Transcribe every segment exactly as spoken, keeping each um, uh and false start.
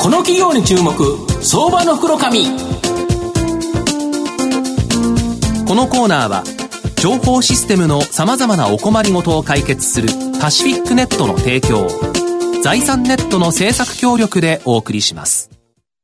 この企業に注目、相場の袋紙。 このコーナーは情報システムのさまざまなお困りごとを解決するパシフィックネットの提供、財産ネットの制作協力でお送りします。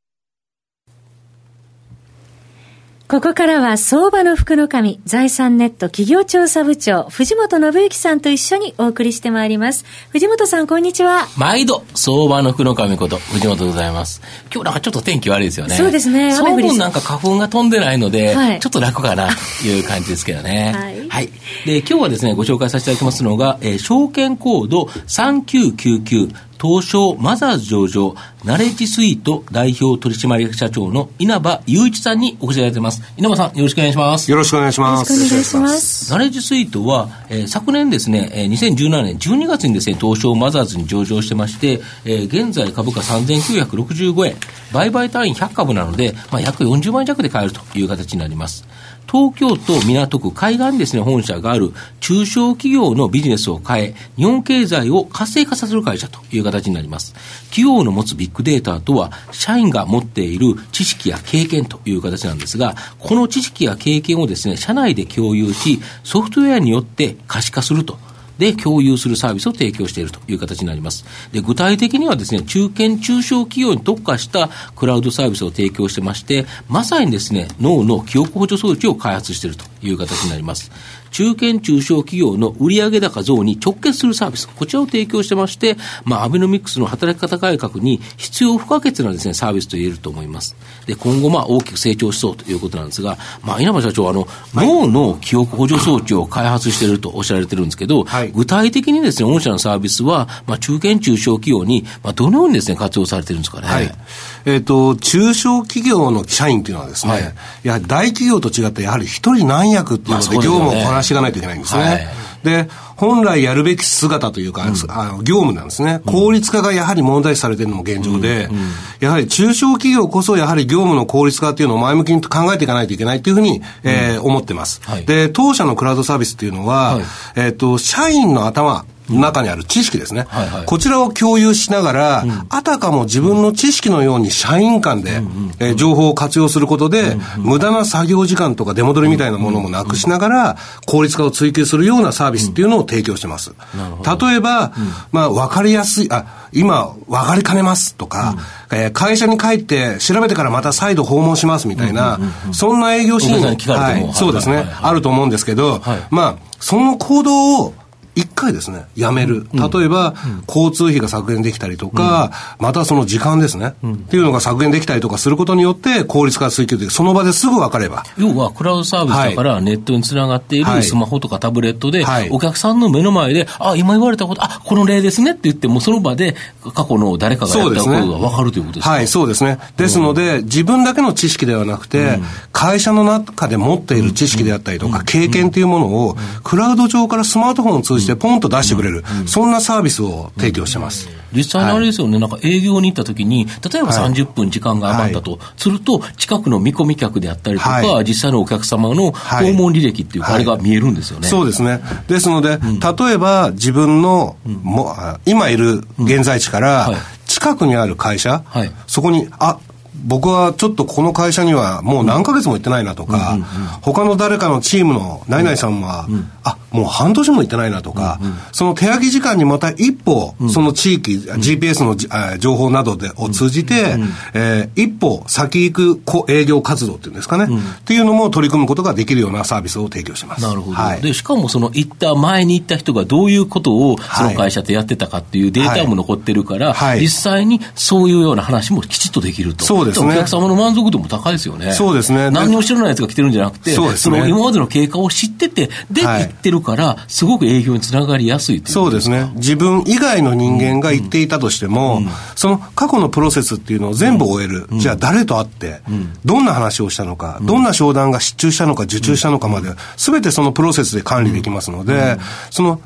ここからは相場の福の神、財産ネット企業調査部長藤本信之さんと一緒にお送りしてまいります。藤本さん、こんにちは。 毎度相場の福の神こと藤本でございます。今日なんかちょっと天気悪いですよね。 そうですね。 その分なんか花粉が飛んでないので、はい、ちょっと楽かなという感じですけどね。はい、はい。で、今日はですね、ご紹介させていただきますのが、えー、証券コードさんきゅうきゅうきゅう東証マザーズ上場ナレッジスイート代表取締役社長の稲葉雄一さんにお越しいただいています。稲葉さん、よろしくお願いします。 よろしくお願いします。 よろしくお願いします。 ナレッジスイートは、えー、昨年ですね、えー、にせんじゅうななねんじゅうにがつにですね、東証マザーズに上場してまして、えー、現在株価さんぜんきゅうひゃくろくじゅうごえん、売買単位ひゃくかぶなので、まあ、約よんじゅうまんえん弱で買えるという形になります。東京都港区海岸にですね、本社がある中小企業のビジネスを変え、日本経済を活性化させる会社という形になります。企業の持つビッグデータとは、社員が持っている知識や経験という形なんですが、この知識や経験をですね、社内で共有し、ソフトウェアによって可視化すると。で、共有するサービスを提供しているという形になります。で、具体的にはですね、中堅中小企業に特化したクラウドサービスを提供してまして、まさにですね、脳の記憶補助装置を開発しているという形になります。中堅中小企業の売上高増に直結するサービス、こちらを提供してまして、まあ、アベノミクスの働き方改革に必要不可欠なですね、サービスと言えると思います。で、今後まあ大きく成長しそうということなんですが、まあ、稲葉社長はあの、はい、脳の記憶補助装置を開発しているとおっしゃられてるんですけど、はい、具体的にですね、御社のサービスは、まあ、中堅中小企業に、まあ、どのようにですね、活用されてるんですかね。 はい。えっと、中小企業の社員というのはですね、はい、やはり大企業と違ってやはり一人何役っていうので業務をこなしがないといけないんですね。はい、で、本来やるべき姿というか、うん、あの業務なんですね。効率化がやはり問題視されているのも現状で、うんうん、やはり中小企業こそやはり業務の効率化というのを前向きに考えていかないといけないというふうに、えーうん、思ってます。はい、で、当社のクラウドサービスというのは、はい、えっと、社員の頭、中にある知識ですね、はいはい、こちらを共有しながら、うん、あたかも自分の知識のように社員間で、うんうんえー、情報を活用することで、うんうん、無駄な作業時間とか出戻りみたいなものもなくしながら、効率化を追求するようなサービスっていうのを提供してます。うん、例えば、うんまあ、分かりやすい、あ、今分かりかねますとか、うんえー、会社に帰って調べてからまた再度訪問しますみたいな、うんうんうん、そんな営業シーン、はい、そうですね、はいはいはい、あると思うんですけど、はい、まあ、その行動を一回ですね、やめる。例えば、うん、交通費が削減できたりとか、うん、またその時間ですね、うん、っていうのが削減できたりとかすることによって効率化追求できる。その場ですぐ分かれば。 要は、クラウドサービスだから、はい、ネットにつながっているスマホとかタブレットで、はい、お客さんの目の前で、あ、今言われたこと、あ、この例ですねって言って、もうその場で過去の誰かがやったことが分かるということですか。 はい、そうですね。ですので、自分だけの知識ではなくて、うん、会社の中で持っている知識であったりとか、うん、経験というものを、うん、クラウド上からスマートフォンを通じてポンと出してくれる。うん、そんなサービスを提供してます。 うん、実際にあれですよね、はい、なんか営業に行った時に、例えばさんじゅっぷん時間が余ったと、はい、すると、近くの見込み客であったりとか、はい、実際のお客様の訪問履歴っていうか、はい、あれが見えるんですよね。 そうですね。ですので、うん、例えば自分の、うん、も今いる現在地から、近くにある会社、はい、そこに、あ、僕はちょっとこの会社にはもう何ヶ月も行ってないなとか、うんうんうん、他の誰かのチームの何々さんは、うん、あ、もう半年も行ってないなとか、うんうん、その手空き時間にまた一歩、うん、その地域、うん、ジーピーエス の情報などでを通じて、うんうんえー、一歩先行く営業活動っていうんですかね、うん、っていうのも取り組むことができるようなサービスを提供してます。 なるほど。はい、でしかもその行った前に行った人がどういうことをその会社でやってたかっていうデータも残ってるから、はいはい、実際にそういうような話もきちっとできると。 そうですね。 お客様の満足度も高いですよね。 そうですね。 何にも知らないやつが来てるんじゃなくて、そうですね、その今までの経過を知っててで、はい、行ってるからすごく営業につながりやすいということですか。 そうですね。自分以外の人間が行っていたとしても、うんうん、その過去のプロセスっていうのを全部終える、うん、じゃあ誰と会って、うん、どんな話をしたのか、うん、どんな商談が失注したのか受注したのかまで、うん、全てそのプロセスで管理できますので、うん、その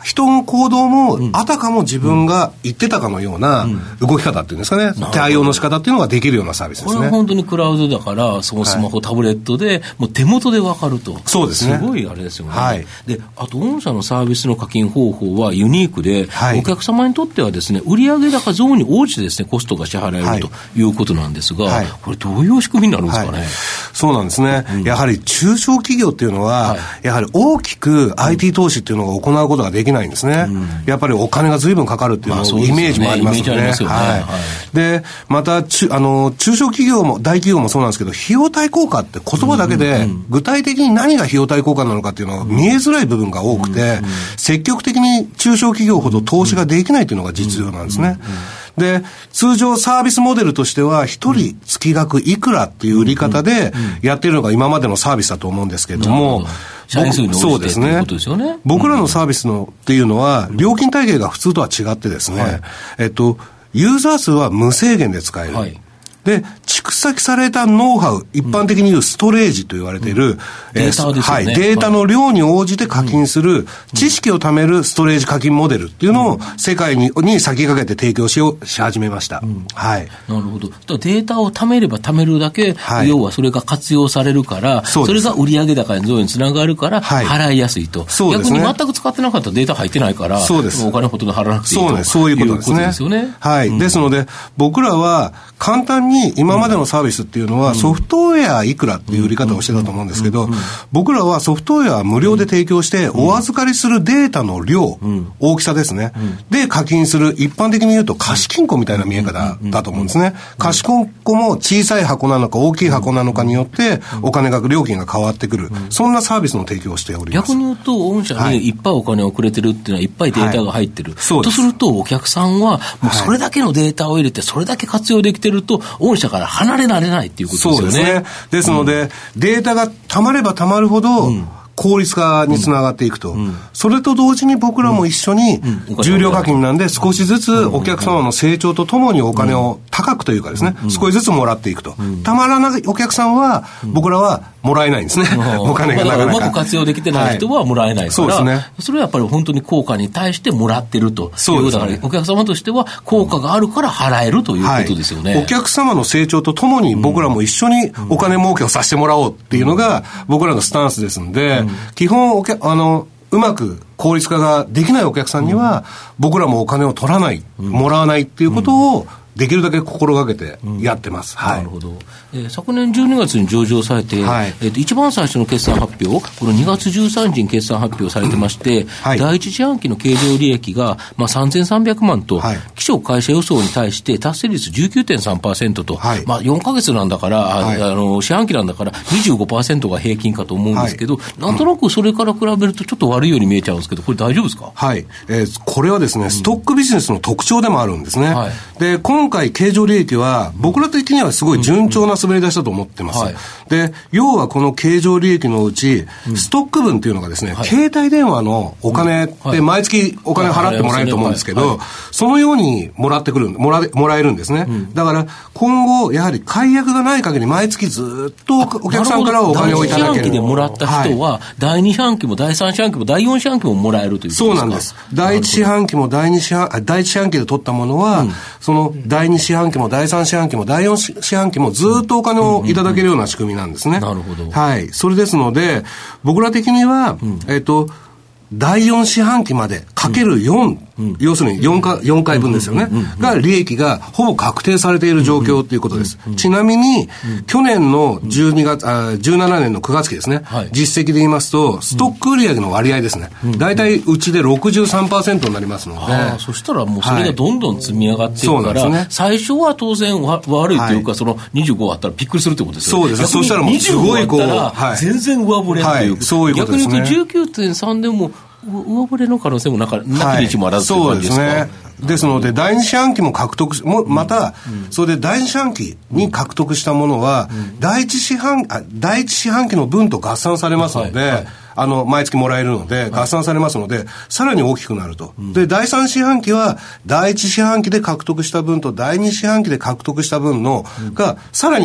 人の行動も、あたかも自分が言ってたかのような動き方っていうんですかね、対応の仕方っていうのができるようなサービスですね。 これは本当にクラウドだから、そのスマホ、はい、タブレットで、もう手元で分かると。 そうですね。 すごいあれですよね。 はい。 で、あと、御社のサービスの課金方法はユニークで、 はい、 お客様にとってはですね、売上高増に応じてですね、コストが支払える、はい、ということなんですが、はい、これどういう仕組みになるんですかね。はい、 そうなんですね、うん。やはり中小企業っていうのは、はい、やはり大きく アイティー 投資っていうのを行うことができないんですね。うん、やっぱりお金が随分かかるっていうの、まあ、イメージもありますよね。はい。で、またちあの中小企業も大企業もそうなんですけど、費用対効果って言葉だけで、具体的に何が費用対効果なのかっていうのが見えづらい部分が多くて、うんうん、積極的に中小企業ほど投資ができないというのが実情なんですね。で、通常サービスモデルとしては、一人月額いくらっていう売り方でやってるのが今までのサービスだと思うんですけれども、 社員数に応じてそうですね。 ということですよね。 僕らのサービスのっていうのは、料金体系が普通とは違ってですね、はい、えっと、ユーザー数は無制限で使える。はい、で、蓄積されたノウハウ、一般的に言うストレージと言われている、うんえー、データですよね。 はい、データの量に応じて課金する、知識を貯めるストレージ課金モデルっていうのを世界に、に先駆けて提供しよう、し始めました。うん、はい。 なるほど。データを貯めれば貯めるだけ、はい、要はそれが活用されるから、それが売上高に増につながるから、払いやすいと。そうですね。逆に全く使ってなかったらデータ入ってないから、そうです。お金ほとんど払わなくていいと。そうです。 そういうことですね。いうことですよね。はい。うん、ですので、僕らは簡単に今までのサービスっていうのは、ソフトウェアいくらっていう売り方をしてたと思うんですけど、僕らはソフトウェア無料で提供して、お預かりするデータの量、大きさですね。で、課金する、一般的に言うと貸金庫みたいな見え方だと思うんですね。貸金庫も小さい箱なのか大きい箱なのかによって、お金が、料金が変わってくる。そんなサービスの提供をしております。 逆に言うと、御社にいっぱいお金をくれてるっていうのは、いっぱいデータが入ってる。はい、とすると、お客さんは、もうそれだけのデータを入れて、それだけ活用できてると、御社から離れられないっていうことですよね。 そうですね。ですので、うん、データが溜まれば溜まるほど、うん効率化につながっていくと、うん、それと同時に僕らも一緒に重量課金なんで少しずつお客様の成長とともにお金を高くというかですね、うん、少しずつもらっていくと、うん、たまらないお客さんは僕らはもらえないんですね、うん、お金がなかなかうまく活用できてない人はもらえないから、はい、そうですね、それはやっぱり本当に効果に対してもらってるということだから、ね、お客様としては効果があるから払えるということですよね、 はい、お客様の成長とともに僕らも一緒にお金儲けをさせてもらおうっていうのが僕らのスタンスですので、うん、基本お客あのうまく効率化ができないお客さんには、うん、僕らもお金を取らない、うん、もらわないっていうことをできるだけ心がけてやってます、うんはい、 なるほど、えー、昨年じゅうにがつに上場されて、はいえー、と一番最初の決算発表、このにがつじゅうさんにちに決算発表されてまして、はい、第一四半期の経常利益が、まあ、さんぜんさんびゃくまんと、はい、期初会社予想に対して達成率 じゅうきゅうてんさんパーセント と、はいまあ、よんかげつなんだから、はい、あの四半期なんだから にじゅうごパーセント が平均かと思うんですけど、はい、なんとなくそれから比べるとちょっと悪いように見えちゃうんですけど、これ大丈夫ですか？ はい、えー、これはですね、ストックビジネスの特徴でもあるんですね、はい、で今回経常利益は僕ら的にはすごい順調な滑り出しだと思ってます、うんうんはい、で要はこの経常利益のうち、うん、ストック分というのがですね、はい、携帯電話のお金って毎月お金払ってもらえると思うんですけど、はいはいはい、そのようにもらってくるもらもらえるんですね、うん、だから今後やはり解約がない限り毎月ずっとお客さんからお金をいただける。 第一四半期でもらった人は、はい、だいに四半期もだいさん四半期もだいよん四半期ももらえるということですか？ そうなんです。第一四半期も第二四半第一四半期で取ったものは、うん、その第二四半期もだいさん四半期もだいよん四半期もずっとお金をいただけるような仕組みなんですね。 なるほど。 はい。それですので、僕ら的には、うん、えっと、だいよん四半期までかけるよん、うん、要するに 4, かよんかいぶんですよね、うんうんうんうん、が利益がほぼ確定されている状況ということです、うんうんうん、ちなみに、うん、去年のじゅうにがつあじゅうななねんのくがつ期ですね、はい、実績で言いますとストック売上の割合ですね、うん、だいたいうちで ろくじゅうさんパーセント になりますので、 あそしたらもうそれがどんどん積み上がっていくから、はいね、最初は当然わ悪いというか、はい、そのにじゅうごあったらびっくりするってことですよね。 そうです。そしたらもうすごいこうにじゅうごあったら全然上振れっていう、はいはい、そういうことですね。逆に言うと じゅうきゅうてんさん でも上振れの可能性もなかなきにしもあらずという感じですか？はい、そうですね。ですので第二四半期も獲得もまた、うん、それで第二四半期に獲得したものは、うん、第一四半あ第一四半期の分と合算されますので、はいはい、あの毎月もらえるので合算されますので、はい、さらに大きくなると、うん、で第三四半期は第一四半期で獲得した分と第二四半期で獲得した分の、うん、がさらに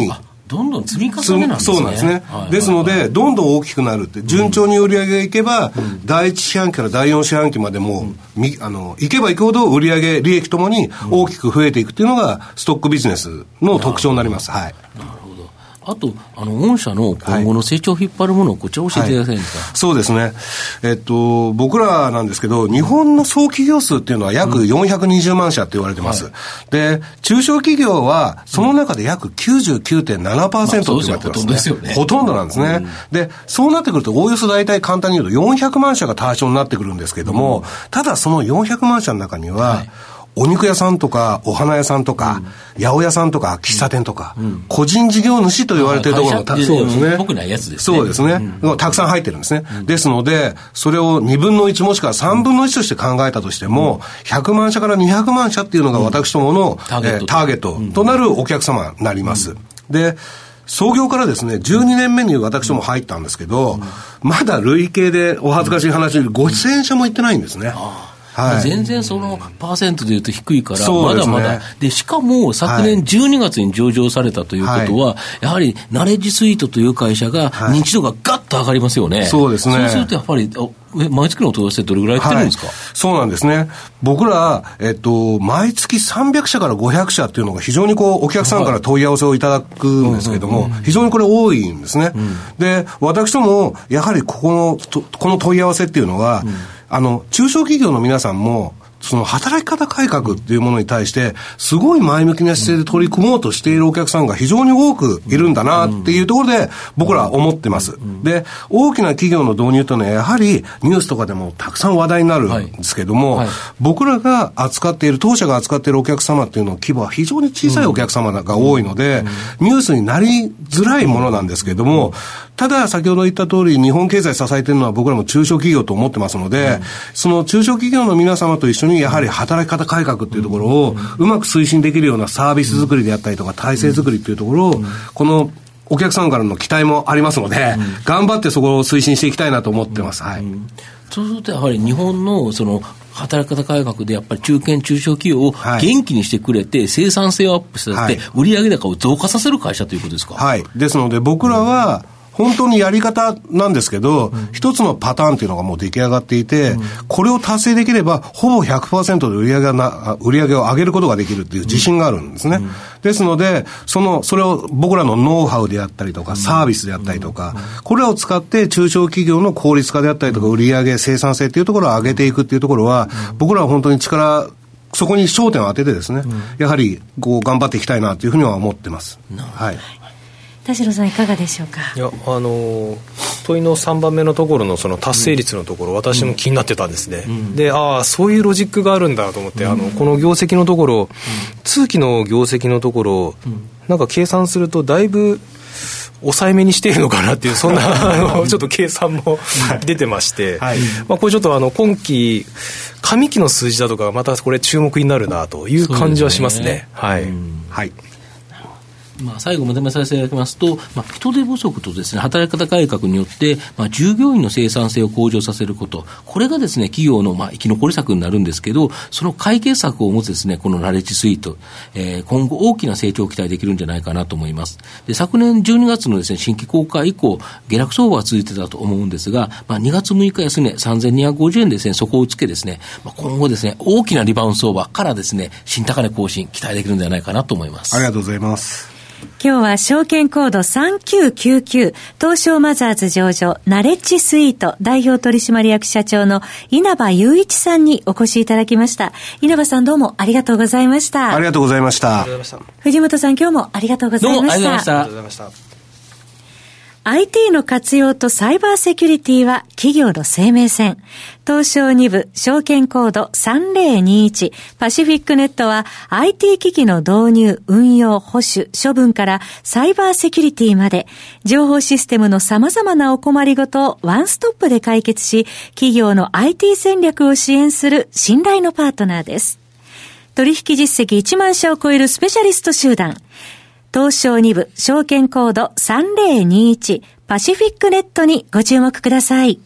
どんどん積み重ねなんですね。 そうなんですね、 はい、 ですのでどんどん大きくなるって順調に売り上げがいけば、うん、だいいち四半期からだいよん四半期までも、うん、みあのいけばいくほど売り上げ利益ともに大きく増えていくっていうのがストックビジネスの特徴になります。はい。 なるほど。あと、あの、御社の今後の成長を引っ張るものをこちら教えていただきたいんですか。 はいはい、そうですね。えっと、僕らなんですけど、日本の総企業数っていうのは約よんひゃくにじゅうまん社って言われてます。うんはい、で、中小企業は、その中で約 きゅうじゅうきゅうてんななパーセント って言われてますね。まあ、ほとんどですよね。ほとんどなんですね。うん、で、そうなってくると、おおよそ大体簡単に言うとよんひゃくまん社が対象になってくるんですけども、うん、ただそのよんひゃくまん社の中には、はいお肉屋さんとかお花屋さんとか、うん、八百屋さんとか喫茶店とか、うん、個人事業主と言われているところがたくさんそうですね。 僕ないやつですね。 そうですね、うん。たくさん入ってるんですね。うん、ですので、それをにぶんのいちもしくはさんぶんのいちとして考えたとしても、うん、ひゃくまん社からにひゃくまん社っていうのが私どもの、うんターゲット、えー、ターゲットとなるお客様になります。うん、で、創業からですね、じゅうにねんめに私ども入ったんですけど、うん、まだ累計でお恥ずかしい話でごせん社も行ってないんですね。うんはい、全然そのパーセントでいうと低いから、まだまだ。で、しかも昨年じゅうにがつに上場されたということは、はい、やはりナレッジスイートという会社が認知度がガッと上がりますよね。はい、そうですね。そうするとやっぱり、毎月のお問い合わせどれぐらい来てるんですか。はい、 そうなんですね。僕ら、えっと、毎月さんびゃく社からごひゃく社っていうのが非常にこう、お客さんから問い合わせをいただくんですけども、非常にこれ多いんですね。うん、で、私ども、やはりここの、この問い合わせっていうのは、うんあの、中小企業の皆さんも、その働き方改革っていうものに対して、すごい前向きな姿勢で取り組もうとしているお客さんが非常に多くいるんだなっていうところで、僕らは思ってます。で、大きな企業の導入というのは、やはりニュースとかでもたくさん話題になるんですけども、はいはい、僕らが扱っている、当社が扱っているお客様っていうのは規模は非常に小さいお客様が多いので、ニュースになりづらいものなんですけども、ただ先ほど言った通り日本経済支えているのは僕らも中小企業と思ってますので、うん、その中小企業の皆様と一緒にやはり働き方改革っていうところをうまく推進できるようなサービス作りであったりとか体制作りっていうところをこのお客さんからの期待もありますので、うん、頑張ってそこを推進していきたいなと思ってます。はい。 そうするとやはり日本のその働き方改革でやっぱり中堅中小企業を元気にしてくれて、はい、生産性をアップさせて、はい、売上高を増加させる会社ということですか。 はい。ですので僕らは、うん本当にやり方なんですけど、うん、一つのパターンというのがもう出来上がっていて、うん、これを達成できれば、ほぼ ひゃくパーセント で売り上げがな、売り上げを上げることができるっていう自信があるんですね。うん、ですので、その、それを僕らのノウハウであったりとか、サービスであったりとか、これらを使って中小企業の効率化であったりとか、売り上げ、生産性っていうところを上げていくっていうところは、僕らは本当に力、そこに焦点を当ててですね、うん、やはり、こう、頑張っていきたいなというふうには思ってます。はい。 田代さんいかがでしょうか。 いやあの問いのさんばんめのところのその達成率のところ、うん、私も気になってたんですね、うん、でああそういうロジックがあるんだと思って、うん、あのこの業績のところ、うん、通期の業績のところ、うん、なんか計算するとだいぶ抑えめにしているのかなっていうそんなあのちょっと計算も出てまして、はいまあ、これちょっとあの今期上期の数字だとかまたこれ注目になるなという感じはしますね。 そうですね。 はい、 うん、 はいまあ、最後まとめさせていただきますと、まあ、人手不足とですね、働き方改革によって、まあ、従業員の生産性を向上させること、これがですね、企業のまあ生き残り策になるんですけど、その解決策を持つですね、このナレッジスイート、えー、今後大きな成長を期待できるんじゃないかなと思います。で、昨年じゅうにがつのですね、新規公開以降、下落相場は続いてたと思うんですが、まあ、にがつむいか安値さんぜんにひゃくごじゅうえんでですね、そこをつけですね、まあ、今後ですね、大きなリバウンド相場からですね、新高値更新期待できるんじゃないかなと思います。 ありがとうございます。 今日は証券コードさんきゅうきゅうきゅう東証マザーズ上場ナレッジスイート代表取締役社長の稲葉雄一さんにお越しいただきました。稲葉さんどうもありがとうございました。 ありがとうございました。 藤本さん今日もありがとうございました。 どうもありがとうございました。 アイティー の活用とサイバーセキュリティは企業の生命線。東証に部証券コードさんぜろにいちパシフィックネットは アイティー 機器の導入、運用、保守、処分からサイバーセキュリティまで情報システムの様々なお困りごとをワンストップで解決し、企業の アイティー 戦略を支援する信頼のパートナーです。取引実績いちまん社を超えるスペシャリスト集団。東証に部証券コードさんぜろにいちパシフィックネットにご注目ください。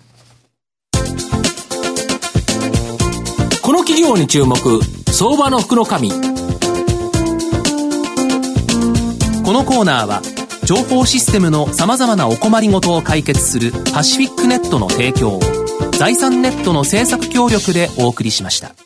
この企業に注目、相場の福の神。 このコーナーは情情報システムの様々なお困りごとを解決するパシフィックネットの提供を財産ネットの制作協力でお送りしました。